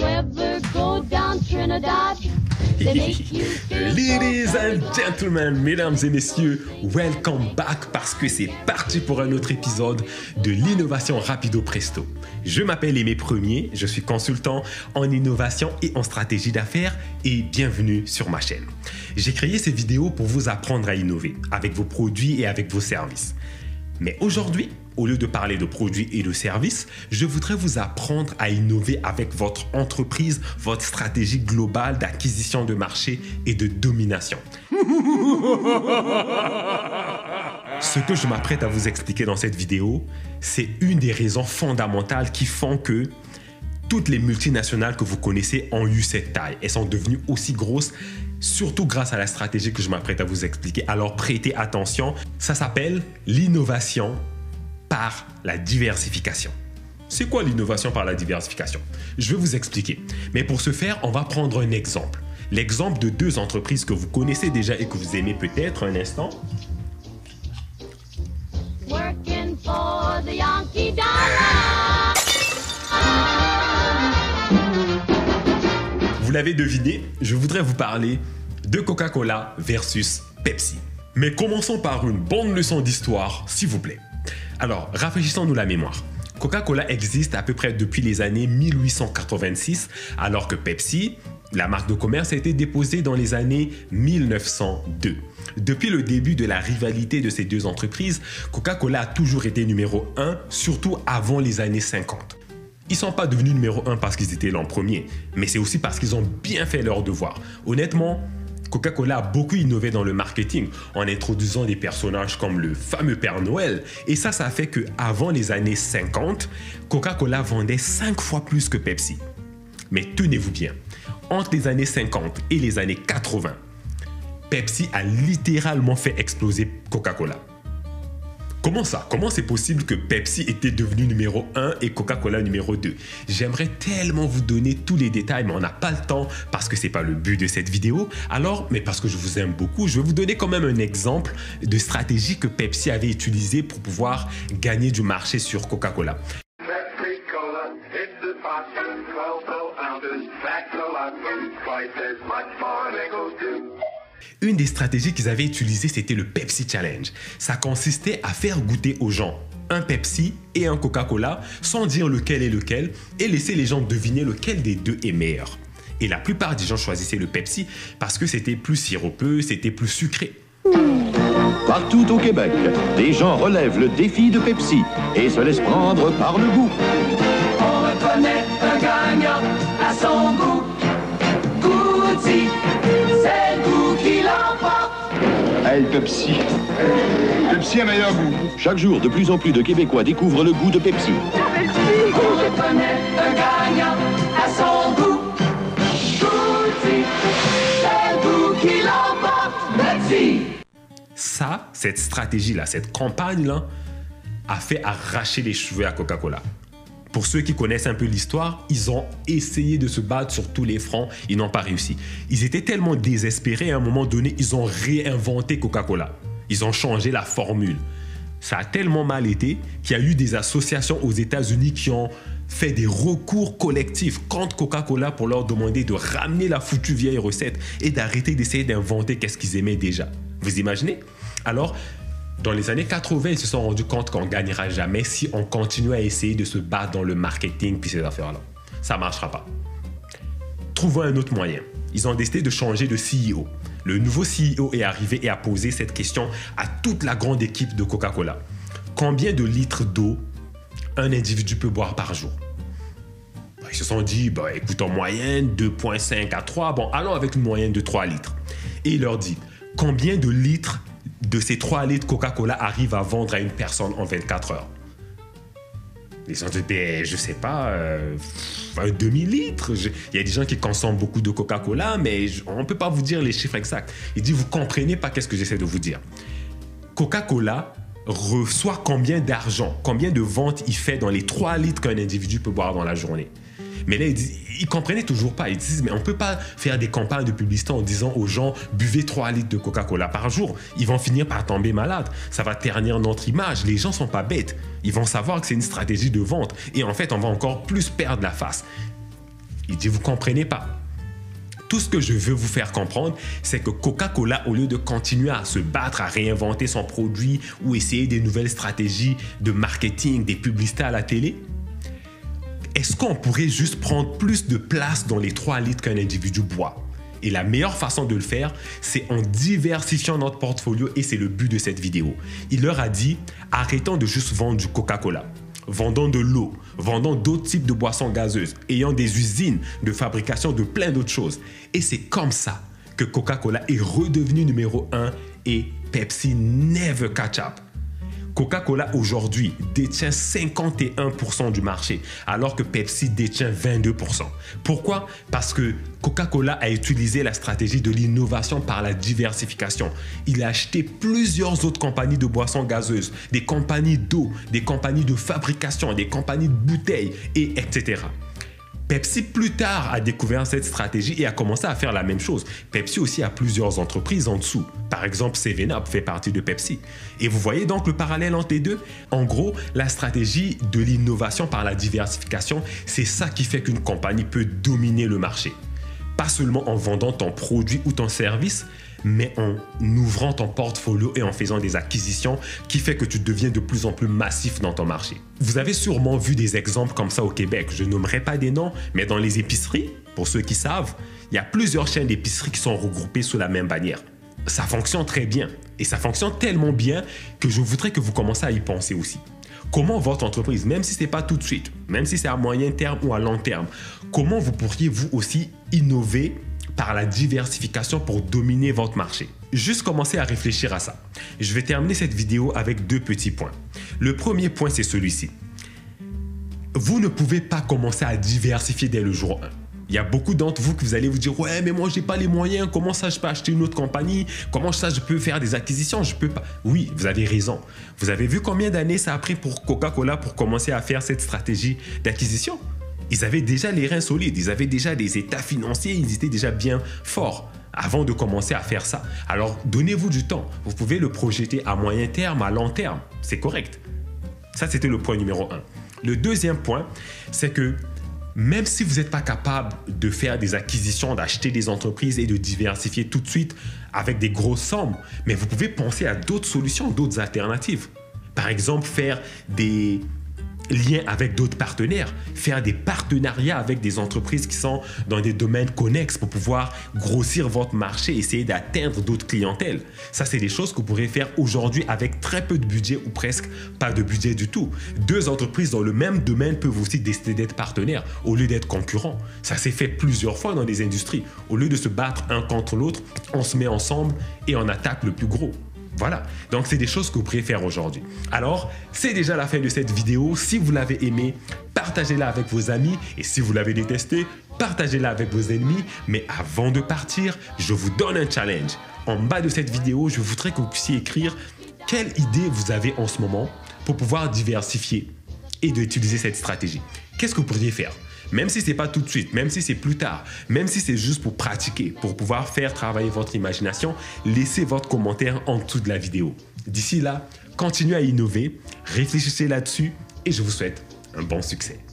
ever go down Trinidad? Ladies and gentlemen, mesdames et messieurs, welcome back parce que c'est parti pour un autre épisode de l'innovation rapido presto. Je m'appelle Aimé Premier, je suis consultant en innovation et en stratégie d'affaires et bienvenue sur ma chaîne. J'ai créé ces vidéos pour vous apprendre à innover avec vos produits et avec vos services. Mais aujourd'hui, au lieu de parler de produits et de services, je voudrais vous apprendre à innover avec votre entreprise, votre stratégie globale d'acquisition de marché et de domination. Ce que je m'apprête à vous expliquer dans cette vidéo, c'est une des raisons fondamentales qui font que toutes les multinationales que vous connaissez ont eu cette taille. Elles sont devenues aussi grosses, surtout grâce à la stratégie que je m'apprête à vous expliquer. Alors prêtez attention, ça s'appelle l'innovation par la diversification. C'est quoi l'innovation par la diversification? Je vais vous expliquer. Mais pour ce faire, on va prendre un exemple. L'exemple de deux entreprises que vous connaissez déjà et que vous aimez peut-être. Un instant. Working for the Yankee dollar. Vous l'avez deviné, je voudrais vous parler de Coca-Cola versus Pepsi. Mais commençons par une bonne leçon d'histoire, s'il vous plaît. Alors, rafraîchissons-nous la mémoire. Coca-Cola existe à peu près depuis les années 1886, alors que Pepsi, la marque de commerce, a été déposée dans les années 1902. Depuis le début de la rivalité de ces deux entreprises, Coca-Cola a toujours été numéro 1, surtout avant les années 50. Ils ne sont pas devenus numéro 1 parce qu'ils étaient l'an premier, mais c'est aussi parce qu'ils ont bien fait leur devoir. Honnêtement, Coca-Cola a beaucoup innové dans le marketing en introduisant des personnages comme le fameux Père Noël. Et ça fait qu'avant les années 50, Coca-Cola vendait 5 fois plus que Pepsi. Mais tenez-vous bien, entre les années 50 et les années 80, Pepsi a littéralement fait exploser Coca-Cola. Comment ça? Comment c'est possible que Pepsi était devenu numéro 1 et Coca-Cola numéro 2? J'aimerais tellement vous donner tous les détails, mais on n'a pas le temps parce que ce n'est pas le but de cette vidéo. Alors, mais parce que je vous aime beaucoup, je vais vous donner quand même un exemple de stratégie que Pepsi avait utilisée pour pouvoir gagner du marché sur Coca-Cola. Une des stratégies qu'ils avaient utilisées, c'était le Pepsi Challenge. Ça consistait à faire goûter aux gens un Pepsi et un Coca-Cola sans dire lequel est lequel et laisser les gens deviner lequel des deux est meilleur. Et la plupart des gens choisissaient le Pepsi parce que c'était plus sirupeux, c'était plus sucré. Partout au Québec, des gens relèvent le défi de Pepsi et se laissent prendre par le goût. On reconnaît un gagnant à son goût. Goûti, c'est le goût qui l'emporte. Hey, Pepsi. Pepsi a meilleur goût. Chaque jour, de plus en plus de Québécois découvrent le goût de Pepsi. On reconnaît un gagnant à son goût. Goûti, c'est le goût qui l'emporte. Pepsi. Ça, cette stratégie-là, cette campagne-là, a fait arracher les cheveux à Coca-Cola. Pour ceux qui connaissent un peu l'histoire, ils ont essayé de se battre sur tous les fronts, ils n'ont pas réussi. Ils étaient tellement désespérés, à un moment donné, ils ont réinventé Coca-Cola. Ils ont changé la formule. Ça a tellement mal été qu'il y a eu des associations aux États-Unis qui ont fait des recours collectifs contre Coca-Cola pour leur demander de ramener la foutue vieille recette et d'arrêter d'essayer d'inventer qu'est-ce qu'ils aimaient déjà. Vous imaginez? Alors, dans les années 80, ils se sont rendus compte qu'on ne gagnera jamais si on continue à essayer de se battre dans le marketing puis ces affaires-là. Ça ne marchera pas. Trouvons un autre moyen. Ils ont décidé de changer de CEO. Le nouveau CEO est arrivé et a posé cette question à toute la grande équipe de Coca-Cola. Combien de litres d'eau un individu peut boire par jour? Ils se sont dit, écoute, en moyenne, 2,5 à 3. Bon, allons avec une moyenne de 3 litres. Et il leur dit, combien de litres de ces 3 litres Coca-Cola arrivent à vendre à une personne en 24 heures? Ils ont dit, je sais pas, un demi-litre. Il y a des gens qui consomment beaucoup de Coca-Cola, mais on ne peut pas vous dire les chiffres exacts. Il dit, vous comprenez pas qu'est-ce que j'essaie de vous dire. Coca-Cola reçoit combien d'argent, combien de ventes il fait dans les 3 litres qu'un individu peut boire dans la journée. Mais là, ils ne comprenaient toujours pas. Ils disent, mais on ne peut pas faire des campagnes de publicité en disant aux gens, buvez 3 litres de Coca-Cola par jour. Ils vont finir par tomber malades. Ça va ternir notre image. Les gens ne sont pas bêtes. Ils vont savoir que c'est une stratégie de vente. Et en fait, on va encore plus perdre la face. Il dit, vous ne comprenez pas. Tout ce que je veux vous faire comprendre, c'est que Coca-Cola, au lieu de continuer à se battre, à réinventer son produit ou essayer des nouvelles stratégies de marketing, des publicités à la télé, est-ce qu'on pourrait juste prendre plus de place dans les 3 litres qu'un individu boit? Et la meilleure façon de le faire, c'est en diversifiant notre portfolio et c'est le but de cette vidéo. Il leur a dit, arrêtons de juste vendre du Coca-Cola. Vendons de l'eau, vendons d'autres types de boissons gazeuses, ayant des usines de fabrication de plein d'autres choses. Et c'est comme ça que Coca-Cola est redevenu numéro 1 et Pepsi never catch up. Coca-Cola aujourd'hui détient 51% du marché, alors que Pepsi détient 22%. Pourquoi? Parce que Coca-Cola a utilisé la stratégie de l'innovation par la diversification. Il a acheté plusieurs autres compagnies de boissons gazeuses, des compagnies d'eau, des compagnies de fabrication, des compagnies de bouteilles, et etc. Pepsi, plus tard, a découvert cette stratégie et a commencé à faire la même chose. Pepsi aussi a plusieurs entreprises en dessous. Par exemple, 7-Up fait partie de Pepsi. Et vous voyez donc le parallèle entre les deux? En gros, la stratégie de l'innovation par la diversification, c'est ça qui fait qu'une compagnie peut dominer le marché. Pas seulement en vendant ton produit ou ton service, mais en ouvrant ton portfolio et en faisant des acquisitions qui fait que tu deviens de plus en plus massif dans ton marché. Vous avez sûrement vu des exemples comme ça au Québec. Je nommerai pas des noms, mais dans les épiceries, pour ceux qui savent, il y a plusieurs chaînes d'épiceries qui sont regroupées sous la même bannière. Ça fonctionne très bien. Et ça fonctionne tellement bien que je voudrais que vous commenciez à y penser aussi. Comment votre entreprise, même si ce n'est pas tout de suite, même si c'est à moyen terme ou à long terme, comment vous pourriez vous aussi innover par la diversification pour dominer votre marché? Juste commencer à réfléchir à ça. Je vais terminer cette vidéo avec 2 petits points. Le premier point, c'est celui-ci. Vous ne pouvez pas commencer à diversifier dès le jour 1. Il y a beaucoup d'entre vous qui vous allez vous dire « Ouais, mais moi, je n'ai pas les moyens. Comment ça, je peux acheter une autre compagnie? Comment ça, je peux faire des acquisitions? Je peux pas. » Oui, vous avez raison. Vous avez vu combien d'années ça a pris pour Coca-Cola pour commencer à faire cette stratégie d'acquisition? Ils avaient déjà les reins solides, ils avaient déjà des états financiers, ils étaient déjà bien forts avant de commencer à faire ça. Alors, donnez-vous du temps. Vous pouvez le projeter à moyen terme, à long terme. C'est correct. Ça, c'était le point numéro 1. Le deuxième point, c'est que même si vous n'êtes pas capable de faire des acquisitions, d'acheter des entreprises et de diversifier tout de suite avec des grosses sommes, mais vous pouvez penser à d'autres solutions, d'autres alternatives. Par exemple, faire des liens avec d'autres partenaires, faire des partenariats avec des entreprises qui sont dans des domaines connexes pour pouvoir grossir votre marché, essayer d'atteindre d'autres clientèles. Ça, c'est des choses que vous pourrez faire aujourd'hui avec très peu de budget ou presque pas de budget du tout. 2 entreprises dans le même domaine peuvent aussi décider d'être partenaires au lieu d'être concurrents. Ça s'est fait plusieurs fois dans des industries. Au lieu de se battre un contre l'autre, on se met ensemble et on attaque le plus gros. Voilà, donc c'est des choses que vous pouvez faire aujourd'hui. Alors, c'est déjà la fin de cette vidéo. Si vous l'avez aimé, partagez-la avec vos amis. Et si vous l'avez détesté, partagez-la avec vos ennemis. Mais avant de partir, je vous donne un challenge. En bas de cette vidéo, je voudrais que vous puissiez écrire quelle idée vous avez en ce moment pour pouvoir diversifier et d'utiliser cette stratégie. Qu'est-ce que vous pourriez faire? Même si ce n'est pas tout de suite, même si c'est plus tard, même si c'est juste pour pratiquer, pour pouvoir faire travailler votre imagination, laissez votre commentaire en dessous de la vidéo. D'ici là, continuez à innover, réfléchissez là-dessus et je vous souhaite un bon succès.